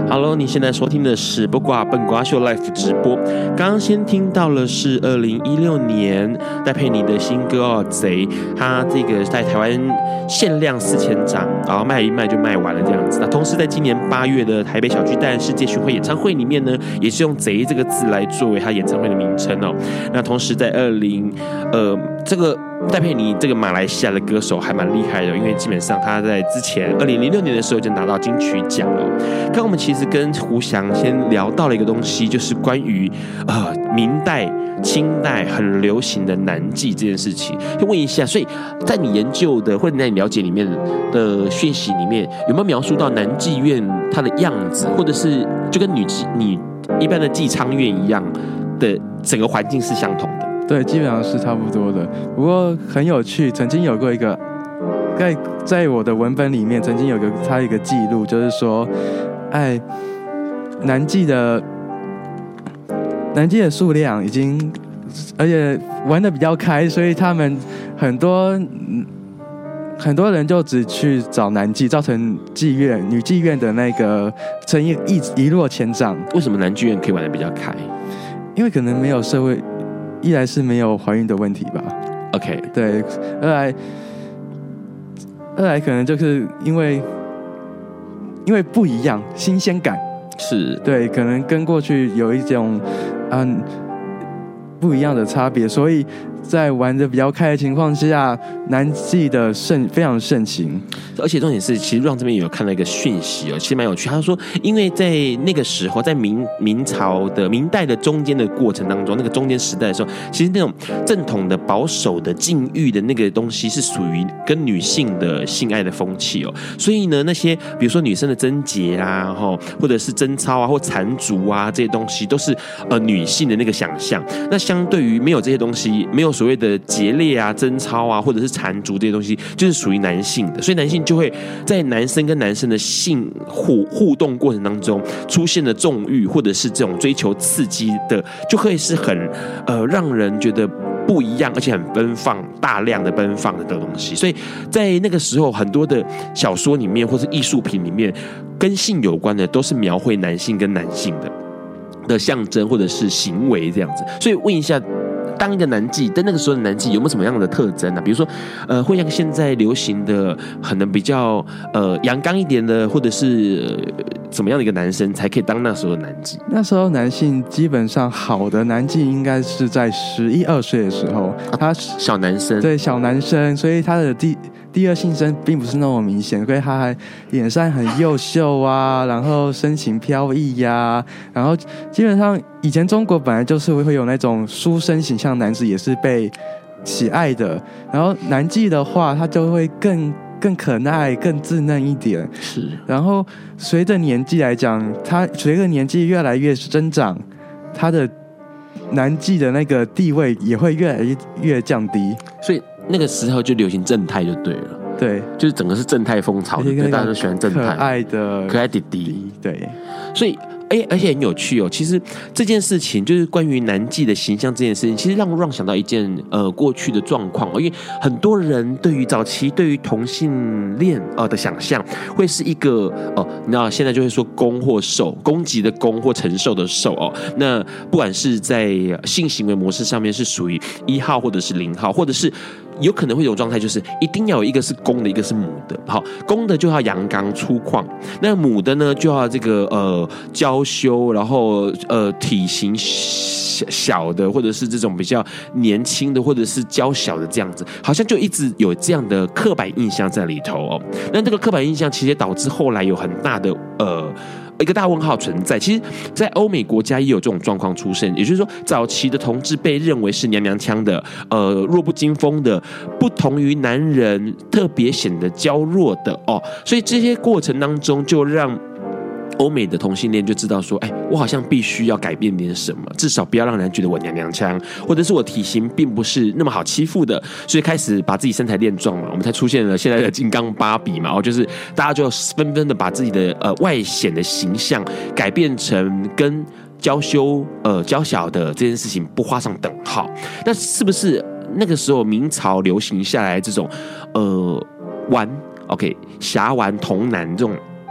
[SPEAKER 2] Hello， 你现在收听的是不挂笨瓜秀 Live 直播。刚刚先听到的是二零一六年戴佩妮的新歌哦，贼。他这个在台湾限量四千张，然后卖一卖就卖完了这样子。那同时在今年八月的台北小巨蛋世界巡回演唱会里面呢，也是用“贼”这个字来作为他演唱会的名称哦。那同时在二零呃这个。戴佩妮这个马来西亚的歌手还蛮厉害的，因为基本上他在之前二零零六年的时候就拿到金曲奖了。刚刚我们其实跟胡翔先聊到了一个东西，就是关于呃明代、清代很流行的南记这件事情。就问一下，所以在你研究的或者在你了解里面的讯息里面，有没有描述到南妓院它的样子，或者是就跟女女一般的妓娼院一样的整个环境是相同的？
[SPEAKER 3] 对，基本上是差不多的。不过很有趣，曾经有过一个，在在我的文本里面，曾经有个他一个记录，就是说，哎，南妓的南妓的数量已经，而且玩得比较开，所以他们很多很多人就只去找南妓，造成妓院女妓院的那个生意一一落千丈。
[SPEAKER 2] 为什么南妓院可以玩得比较开？
[SPEAKER 3] 因为可能没有社会。一来是没有怀孕的问题吧
[SPEAKER 2] ，OK，
[SPEAKER 3] 对，二来二来可能就是因为因为不一样，新鲜感
[SPEAKER 2] 是
[SPEAKER 3] 对，可能跟过去有一种嗯不一样的差别，所以在玩的比较开的情况之下，南妓的盛非常盛行。
[SPEAKER 2] 而且重点是，其实让这边有看到一个讯息哦，其实蛮有趣。他说，因为在那个时候，在明明朝的明代的中间的过程当中，那个中间时代的时候，其实那种正统的保守的禁欲的那个东西，是属于跟女性的性爱的风气哦。所以呢，那些比如说女生的贞洁啊，或者是贞操啊，或缠足啊这些东西，都是呃女性的那个想象。那相对于没有这些东西，没有所谓的节烈啊、贞操啊，或者是缠足这些东西，就是属于男性的。所以男性就会在男生跟男生的性互互动过程当中，出现了纵欲或者是这种追求刺激的，就会是很呃让人觉得不一样，而且很奔放、大量的奔放的东西。所以在那个时候，很多的小说里面或是艺术品里面，跟性有关的都是描绘男性跟男性的的象征或者是行为这样子。所以问一下。当一个男妓，在那个时候的男妓有没有什么样的特征呢、啊？比如说，呃，会像现在流行的，可能比较呃阳刚一点的，或者是、呃、怎么样的一个男生才可以当那时候的男妓？
[SPEAKER 3] 那时候男性基本上好的男妓应该是在十一二岁的时候，他、啊、
[SPEAKER 2] 小男生，
[SPEAKER 3] 对小男生，所以他的第第二性征并不是那么明显，所以他还脸上很优秀啊，然后身形飘逸呀、啊，然后基本上以前中国本来就是会有那种书生形象。男子也是被喜爱的，然后男妓的话，他就会更更可爱、更稚嫩一点。
[SPEAKER 2] 是，
[SPEAKER 3] 然后随着年纪来讲，他随着年纪越来越增长，他的男妓的那个地位也会越来越越降低。
[SPEAKER 2] 所以那个时候就流行正太就对了。
[SPEAKER 3] 对，
[SPEAKER 2] 就是整个是正太风潮，对，大家都喜欢正太，
[SPEAKER 3] 可爱的
[SPEAKER 2] 可爱弟弟。
[SPEAKER 3] 对，
[SPEAKER 2] 所以。哎，而且很有趣哦。其实这件事情就是关于男妓的形象这件事情，其实让我让想到一件呃过去的状况哦。因为很多人对于早期对于同性恋呃的想象，会是一个哦，你知道现在就会说攻或受，攻击的攻或承受的受哦。那不管是在性行为模式上面是属于一号或者是零号，或者是。有可能会有状态，就是一定要有一个是公的，一个是母的。好，公的就要阳刚粗犷，那母的呢就要这个呃娇羞，然后呃体型小的，或者是这种比较年轻的，或者是娇小的这样子，好像就一直有这样的刻板印象在里头哦。那这个刻板印象其实也导致后来有很大的呃。一个大问号存在，其实，在欧美国家也有这种状况出现，也就是说，早期的同志被认为是娘娘腔的，呃，弱不禁风的，不同于男人，特别显得娇弱的哦，所以这些过程当中，就让欧美的同性恋就知道说，哎，我好像必须要改变点什么，至少不要让人觉得我娘娘腔，或者是我体型并不是那么好欺负的，所以开始把自己身材练壮嘛，我们才出现了现在的金刚芭比嘛，哦，就是大家就纷纷的把自己的呃外显的形象改变成跟娇羞呃娇小的这件事情不画上等号，那是不是那个时候明朝流行下来这种呃玩 OK 侠玩童男这种？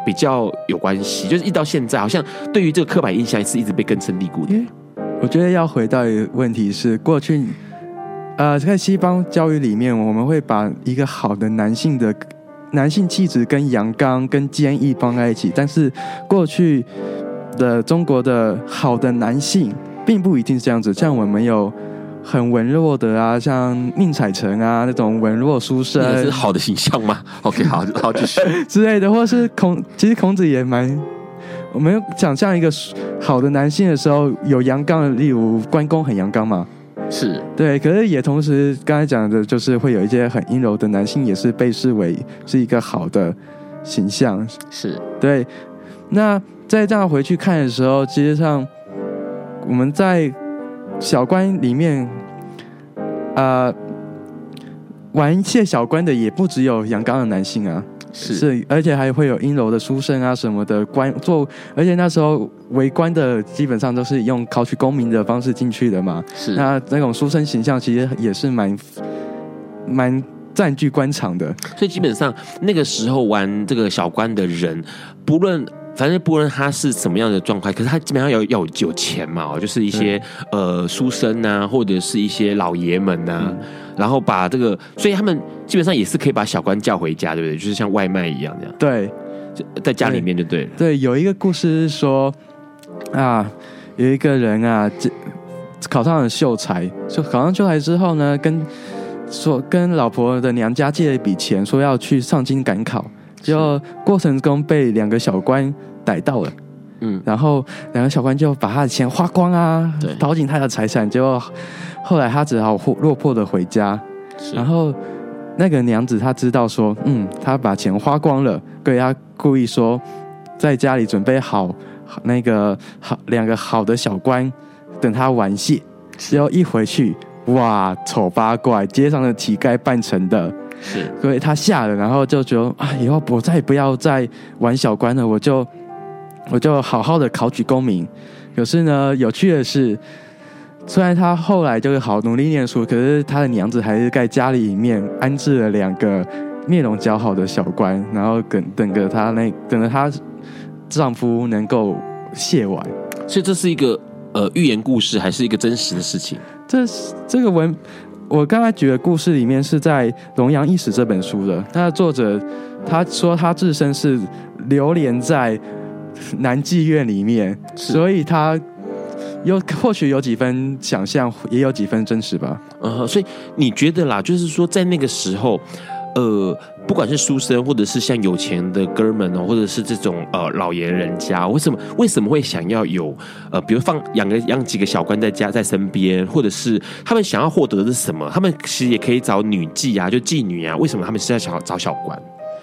[SPEAKER 2] 比较有关系？就是一到现在，好像对于这个刻板印象是一直被根深蒂固的。
[SPEAKER 3] 我觉得要回到一个问题是，过去呃在西方教育里面，我们会把一个好的男性的男性气质跟阳刚跟坚毅放在一起，但是过去的中国的好的男性并不一定是这样子，像我们有很文弱的啊，像宁采臣啊那种文弱书生，
[SPEAKER 2] 那是好的形象吗 ？OK， 好，好继续
[SPEAKER 3] 之类的，或是孔，其实孔子也蛮，我们想象一个好的男性的时候，有阳刚的，例如关公很阳刚嘛，
[SPEAKER 2] 是
[SPEAKER 3] 对，可是也同时刚才讲的，就是会有一些很阴柔的男性，也是被视为是一个好的形象，
[SPEAKER 2] 是
[SPEAKER 3] 对。那再这样回去看的时候，其实上我们在小官里面，呃，玩谢小官的也不只有阳刚的男性啊，
[SPEAKER 2] 是,
[SPEAKER 3] 是，而且还会有阴柔的书生啊什么的官做，而且那时候为官的基本上都是用考取功名的方式进去的嘛，
[SPEAKER 2] 是
[SPEAKER 3] 那那种书生形象其实也是蛮蛮占据官场的，
[SPEAKER 2] 所以基本上那个时候玩这个小官的人，不论。反正不论他是什么样的状态，可是他基本上要要有有钱嘛，就是一些、嗯、呃书生啊，或者是一些老爷们啊、嗯，然后把这个，所以他们基本上也是可以把小官叫回家，对不对？就是像外卖一样这样。
[SPEAKER 3] 对，
[SPEAKER 2] 在家里面就对了。
[SPEAKER 3] 对，对有一个故事是说啊，有一个人啊，考上了秀才，就考上秀才之后呢，跟说跟老婆的娘家借了一笔钱，说要去上京赶考，结果过程中被两个小官逮到了，嗯，然后两个小官就把他的钱花光啊，掏尽他的财产，结果后来他只好落魄的回家。然后那个娘子她知道说，嗯，他把钱花光了，所以他故意说在家里准备好那个好两个好的小官等他玩谢。结果一回去，哇，丑八怪，街上的乞丐扮成的。是，所以他吓了，然后就觉得啊，以后我再不要再玩小官了，我就我就好好的考取功名。可是呢，有趣的是，虽然他后来就是好努力念书，可是他的娘子还是在家里面安置了两个面容姣好的小官，然后等等着他那等着她丈夫能够谢完。
[SPEAKER 2] 所以这是一个呃寓言故事，还是一个真实的事情？
[SPEAKER 3] 这这个文。我刚才举的故事里面是在《龙阳异史》这本书的，那作者他说他自身是流连在南妓院里面，所以他有或许有几分想象，也有几分真实吧。
[SPEAKER 2] 呃，所以你觉得啦，就是说在那个时候，呃，不管是书生，或者是像有钱的哥们哦，或者是这种呃老爷人家，为什么为什么会想要有呃，比如放养个养几个小官在家在身边，或者是他们想要获得的是什么？他们其实也可以找女妓啊，就妓女啊，为什么他们是要想要找小官？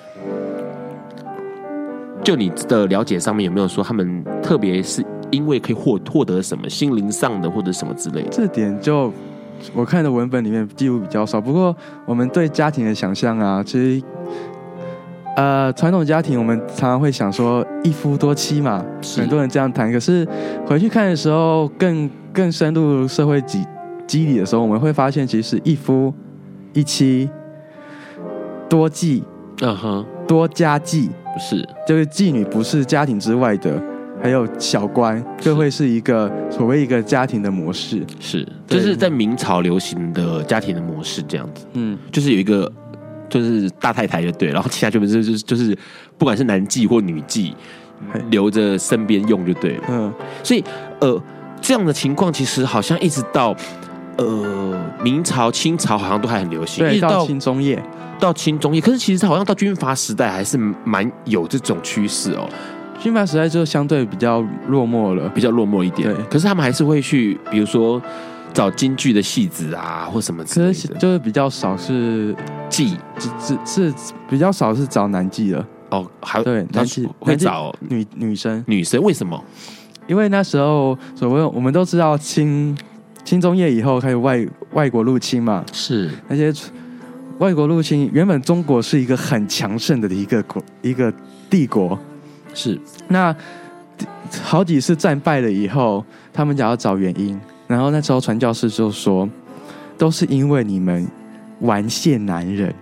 [SPEAKER 2] 就你的了解上面有没有说他们特别是因为可以获获得什么心灵上的或者什么之类的？
[SPEAKER 3] 这点就。我看的文本里面记录比较少，不过我们对家庭的想象啊，其实，呃，传统家庭我们常常会想说一夫多妻嘛，很多人这样谈。可是回去看的时候，更更深入社会机机理的时候，我们会发现，其实一夫一妻多妓，嗯哼，多家妓
[SPEAKER 2] 是，
[SPEAKER 3] 就是妓女不是家庭之外的。还有小官，就会是一个所谓一个家庭的模式，
[SPEAKER 2] 是，就是在明朝流行的家庭的模式这样子，嗯，就是有一个就是大太太就对，然后其他就是就是就是不管是男妓或女妓，留着身边用就对了，嗯，所以呃这样的情况其实好像一直到呃明朝、清朝好像都还很流行，
[SPEAKER 3] 对，一直到清中叶，
[SPEAKER 2] 到清中叶，可是其实好像到军阀时代还是蛮有这种趋势哦。
[SPEAKER 3] 军阀时代就相对比较落寞了，
[SPEAKER 2] 比较落寞一点。对，可是他们还是会去，比如说找京剧的戏子啊，或什么之类的。可是
[SPEAKER 3] 就是比较少是
[SPEAKER 2] 妓，
[SPEAKER 3] 是是比较少是找男妓了。
[SPEAKER 2] 哦，还
[SPEAKER 3] 对，男妓
[SPEAKER 2] 会找
[SPEAKER 3] 女女生，
[SPEAKER 2] 女生为什么？
[SPEAKER 3] 因为那时候所谓我们都知道清清中叶以后开始外外国入侵嘛，
[SPEAKER 2] 是
[SPEAKER 3] 那些外国入侵，原本中国是一个很强盛的一个国一个帝国。
[SPEAKER 2] 是，
[SPEAKER 3] 那好几次战败了以后，他们想要找原因，然后那时候传教士就说，都是因为你们玩谢男人，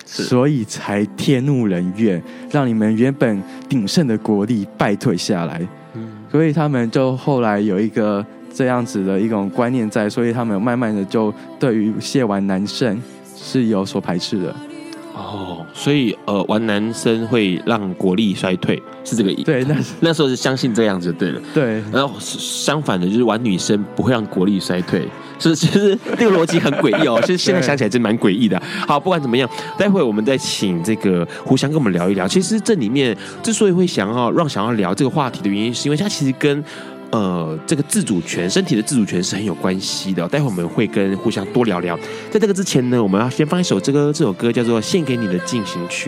[SPEAKER 3] 所以才天怒人怨，让你们原本鼎盛的国力败退下来。嗯，所以他们就后来有一个这样子的一种观念在，所以他们慢慢的就对于亵玩男生是有所排斥的。
[SPEAKER 2] 哦，所以呃，玩男生会让国力衰退，是这个意思？
[SPEAKER 3] 对，那
[SPEAKER 2] 那时候是相信这样子，对了。
[SPEAKER 3] 对，
[SPEAKER 2] 然后相反的，就是玩女生不会让国力衰退，是其实这个逻辑很诡异哦。其实现在想起来真蛮诡异的。好，不管怎么样，待会我们再请这个胡翔跟我们聊一聊。其实这里面之所以会想要让想要聊这个话题的原因，是因为它其实跟呃，这个自主权，身体的自主权是很有关系的、哦。待会我们会跟互相多聊聊。在这个之前呢，我们要先放一首这个这首歌，叫做《献给你的进行曲》。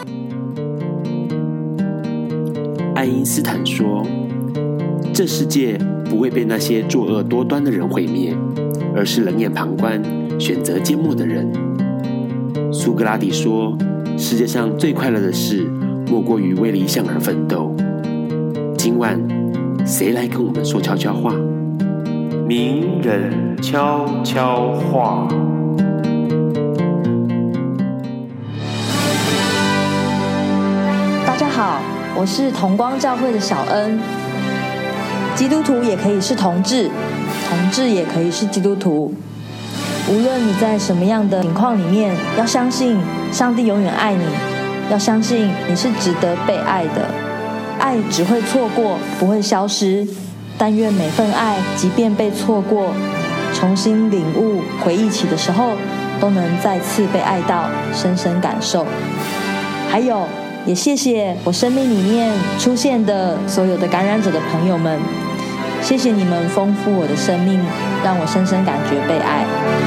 [SPEAKER 1] 爱因斯坦说：“这世界不会被那些作恶多端的人毁灭，而是冷眼旁观、选择缄默的人。”苏格拉底说：“世界上最快乐的事，莫过于为理想而奋斗。”今晚，谁来跟我们说悄悄话？名人悄悄话。
[SPEAKER 4] 大家好，我是同光教会的小恩。基督徒也可以是同志，同志也可以是基督徒。无论你在什么样的情况里面，要相信上帝永远爱你，要相信你是值得被爱的。爱只会错过，不会消失。但愿每份爱，即便被错过，重新领悟、回忆起的时候，都能再次被爱到，深深感受。还有，也谢谢我生命里面出现的所有的感染者的朋友们，谢谢你们丰富我的生命，让我深深感觉被爱。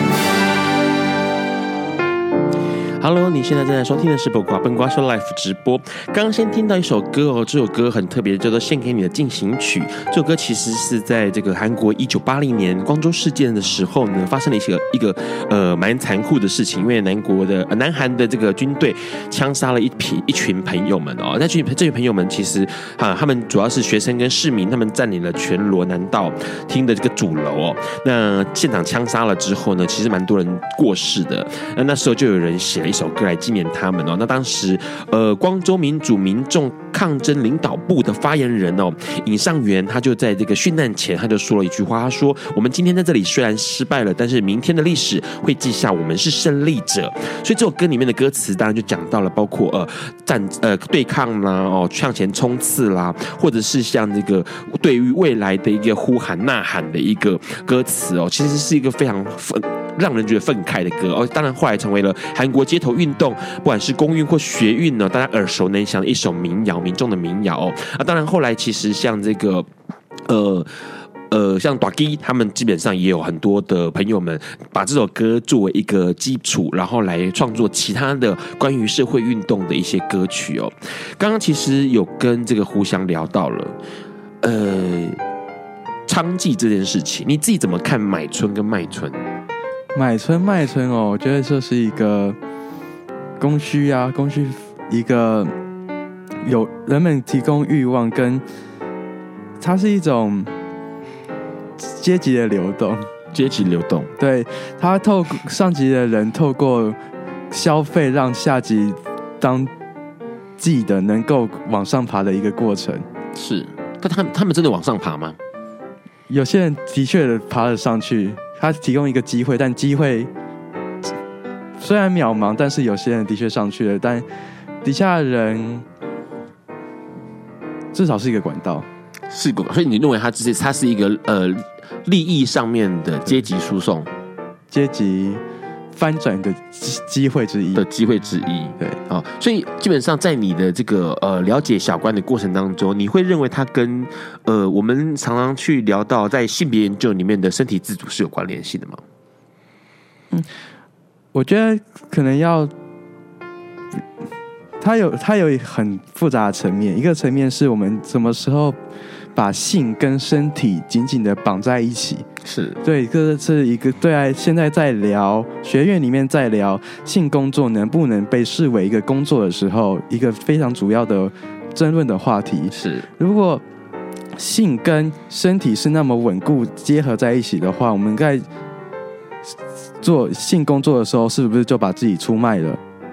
[SPEAKER 2] Hello， 你现在正在收听的是笨瓜笨瓜秀 Live 直播。刚刚先听到一首歌哦，这首歌很特别，叫做《献给你的进行曲》。这首歌其实是在这个韩国一九八零年光州事件的时候呢，发生了一个一个呃蛮残酷的事情，因为南国的、呃、南韩的这个军队枪杀了一批一群朋友们哦。那群这群朋友们其实啊，他们主要是学生跟市民，他们占领了全罗南道厅的这个主楼哦。那现场枪杀了之后呢，其实蛮多人过世的。那那时候就有人写了一首歌来纪念他们哦。那当时，呃，光州民主民众抗争领导部的发言人哦，尹尚元，他就在这个殉难前，他就说了一句话，他说：“我们今天在这里虽然失败了，但是明天的历史会记下我们是胜利者。”所以这首歌里面的歌词当然就讲到了，包括呃战呃对抗啦，哦向前冲刺啦，或者是像这个对于未来的一个呼喊呐喊的一个歌词哦，其实是一个非常让人觉得愤慨的歌哦。当然后来成为了韩国街头运动，不管是公运或学运呢，大家耳熟能详的一首民谣，民众的民谣哦。啊，当然后来其实像这个呃。呃，像大基他们基本上也有很多的朋友们把这首歌作为一个基础，然后来创作其他的关于社会运动的一些歌曲哦。刚刚其实有跟这个胡翔聊到了，呃，娼妓这件事情，你自己怎么看买春跟卖春？
[SPEAKER 3] 买春卖春哦，我觉得这是一个供需啊，供需一个有人们提供欲望跟它是一种阶级的流动，
[SPEAKER 2] 阶级流动，
[SPEAKER 3] 对，他透过上级的人透过消费让下级当记的能够往上爬的一个过程。
[SPEAKER 2] 是，但他们他们真的往上爬吗？
[SPEAKER 3] 有些人的确的爬了上去，他提供一个机会，但机会虽然渺茫，但是有些人的确上去了，但底下的人至少是一一个管道。
[SPEAKER 2] 是，所以你认为它是它是一个呃利益上面的阶级输送、
[SPEAKER 3] 阶级翻转的机会之一
[SPEAKER 2] 的机会之一。
[SPEAKER 3] 对，
[SPEAKER 2] 哦，所以基本上在你的这个呃了解小关的过程当中，你会认为它跟呃我们常常去聊到在性别研究里面的身体自主是有关联性的吗？
[SPEAKER 3] 嗯，我觉得可能要。它有它有很复杂的层面，一个层面是我们什么时候把性跟身体紧紧的绑在一起。
[SPEAKER 2] 是
[SPEAKER 3] 对，这是一个对啊。现在在聊学院里面在聊性工作能不能被视为一个工作的时候，一个非常主要的争论的话题
[SPEAKER 2] 是：如
[SPEAKER 3] 果性跟身体是那么稳固结合在一起的话，我们在做性工作的时候，是不是就把自己出卖了？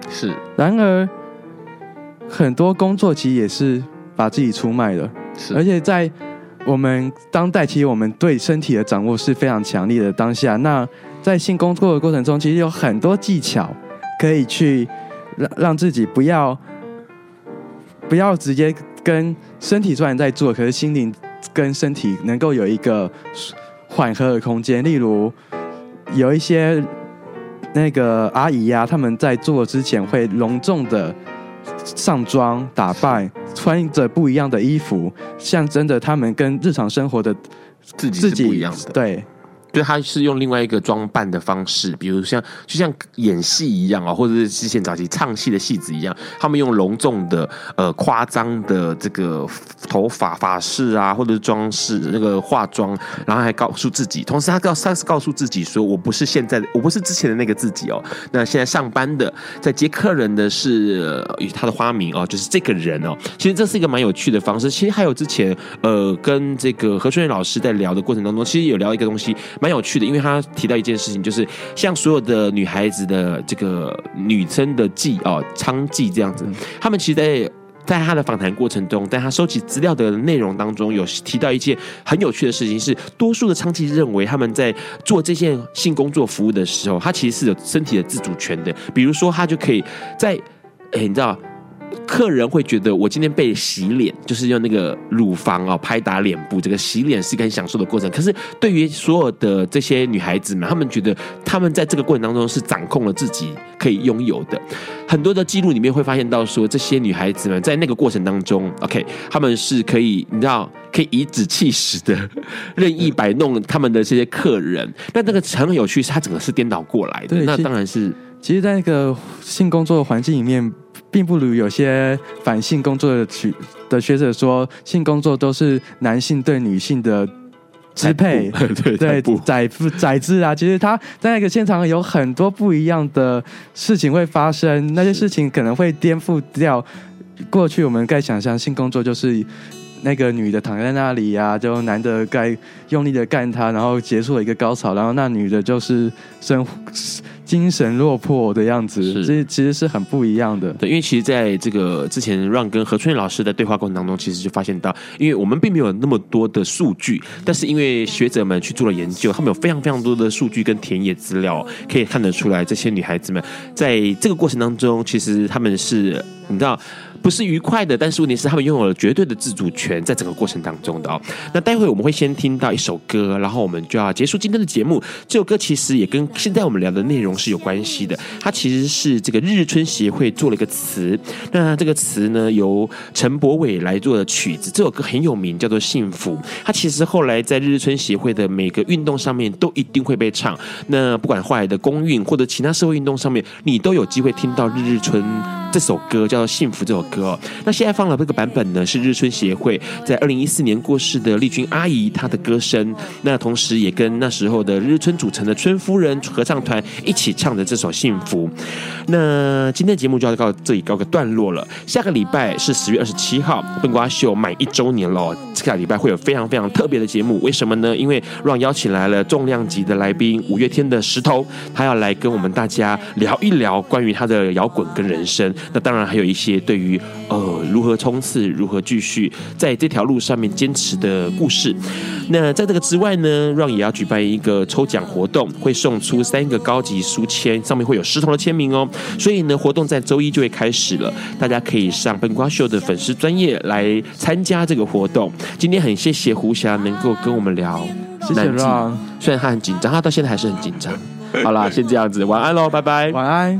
[SPEAKER 2] 是。
[SPEAKER 3] 然而，很多工作其实也是把自己出卖的，
[SPEAKER 2] 是。
[SPEAKER 3] 而且在我们当代，其实我们对身体的掌握是非常强烈的。当下，那在性工作的过程中，其实有很多技巧可以去让让自己不要不要直接跟身体虽然在做，可是心灵跟身体能够有一个缓和的空间。例如，有一些那个阿姨呀、啊，他们在做之前会隆重的上妆打扮，穿着不一样的衣服，象征着他们跟日常生活的
[SPEAKER 2] 自己是不一样的。
[SPEAKER 3] 对。
[SPEAKER 2] 就他是用另外一个装扮的方式，比如像就像演戏一样啊，或者是之前早期唱戏的戏子一样，他们用隆重的、呃夸张的这个头发发饰啊，或者是装饰那个化妆，然后还告诉自己，同时他告他是告诉自己说，我不是现在的，我不是之前的那个自己哦。那现在上班的，在接客人的是、呃、他的花名哦，就是这个人哦。其实这是一个蛮有趣的方式。其实还有之前呃跟这个何春元老师在聊的过程当中，其实有聊一个东西。蛮有趣的，因为他提到一件事情，就是像所有的女孩子的这个女生的妓哦，娼妓这样子，他们其实在在他的访谈过程中，在他收集资料的内容当中，有提到一件很有趣的事情，是多数的娼妓认为他们在做这件性工作服务的时候，他其实是有身体的自主权的。比如说，他就可以在，哎，你知道。客人会觉得我今天被洗脸，就是用那个乳房哦拍打脸部，这个洗脸是一个很享受的过程。可是对于所有的这些女孩子们，她们觉得她们在这个过程当中是掌控了自己可以拥有的。很多的记录里面会发现到说，这些女孩子们在那个过程当中 ，OK， 她们是可以，你知道，可以颐指气使的任意摆弄他们的这些客人。那那个很有趣，是它整个是颠倒过来的。那当然是，
[SPEAKER 3] 其实，在那个性工作的环境里面。并不如有些反性工作的的学者说，性工作都是男性对女性的支配，
[SPEAKER 2] 对对，
[SPEAKER 3] 宰宰制啊。其实他在那个现场有很多不一样的事情会发生，那些事情可能会颠覆掉过去我们该想象性工作就是那个女的躺在那里啊，就男的该用力的干她，然后结束了一个高潮，然后那女的就是生精神落魄的样子，这其实是很不一样的。
[SPEAKER 2] 对，因为其实在这个之前让跟何春元老师的对话过程当中，其实就发现到，因为我们并没有那么多的数据，但是因为学者们去做了研究，他们有非常非常多的数据跟田野资料，可以看得出来，这些女孩子们在这个过程当中，其实他们是你知道不是愉快的，但是问题是他们拥有了绝对的自主权在整个过程当中的哦。那待会我们会先听到一首歌，然后我们就要结束今天的节目。这首歌其实也跟现在我们聊的内容是有关系的，它其实是这个日日春协会做了一个词，那这个词呢由陈柏伟来做的曲子，这首歌很有名，叫做《幸福》。它其实后来在日日春协会的每个运动上面都一定会被唱，那不管后来的公运或者其他社会运动上面，你都有机会听到日日春这首歌，叫做《幸福》这首歌哦。那现在放了这个版本呢，是日春协会在二零一四年过世的丽君阿姨她的歌声，那同时也跟那时候的日春组成的春夫人合唱团一起唱的这首《幸福》。那今天的节目就要到这里告个段落了。下个礼拜是十月二十七号，笨瓜秀满一周年了。这个礼拜会有非常非常特别的节目，为什么呢？因为让邀请来了重量级的来宾五月天的石头，他要来跟我们大家聊一聊关于他的摇滚跟人生。那当然还有一些对于呃如何冲刺、如何继续在这条路上面坚持的故事。那在这个之外呢，让也要举办一个抽奖活动，会送出三个高级书签，上面会有石头的签名哦。所以呢，活动在周一就会开始了，大家可以上笨瓜秀的粉丝专页来参加这个活动。今天很谢谢胡霞能够跟我们聊南纪，虽然他很紧张，他到现在还是很紧张。好啦，先这样子，晚安喽，拜拜，
[SPEAKER 3] 晚安。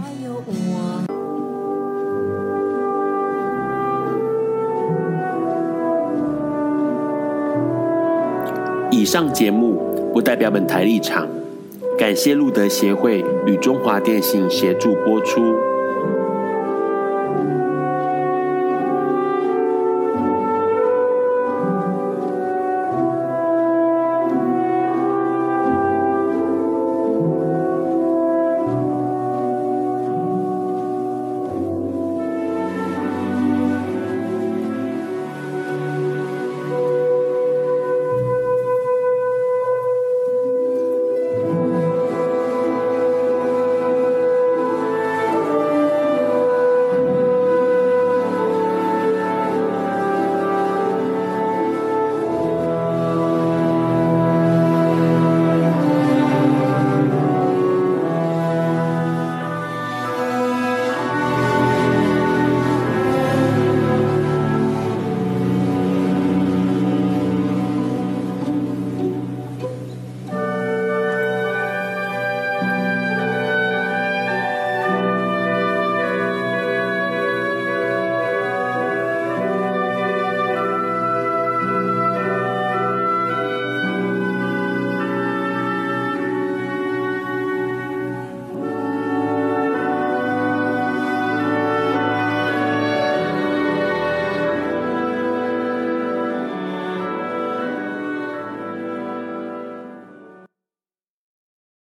[SPEAKER 1] 以上节目不代表本台立场，感谢路德协会与中华电信协助播出。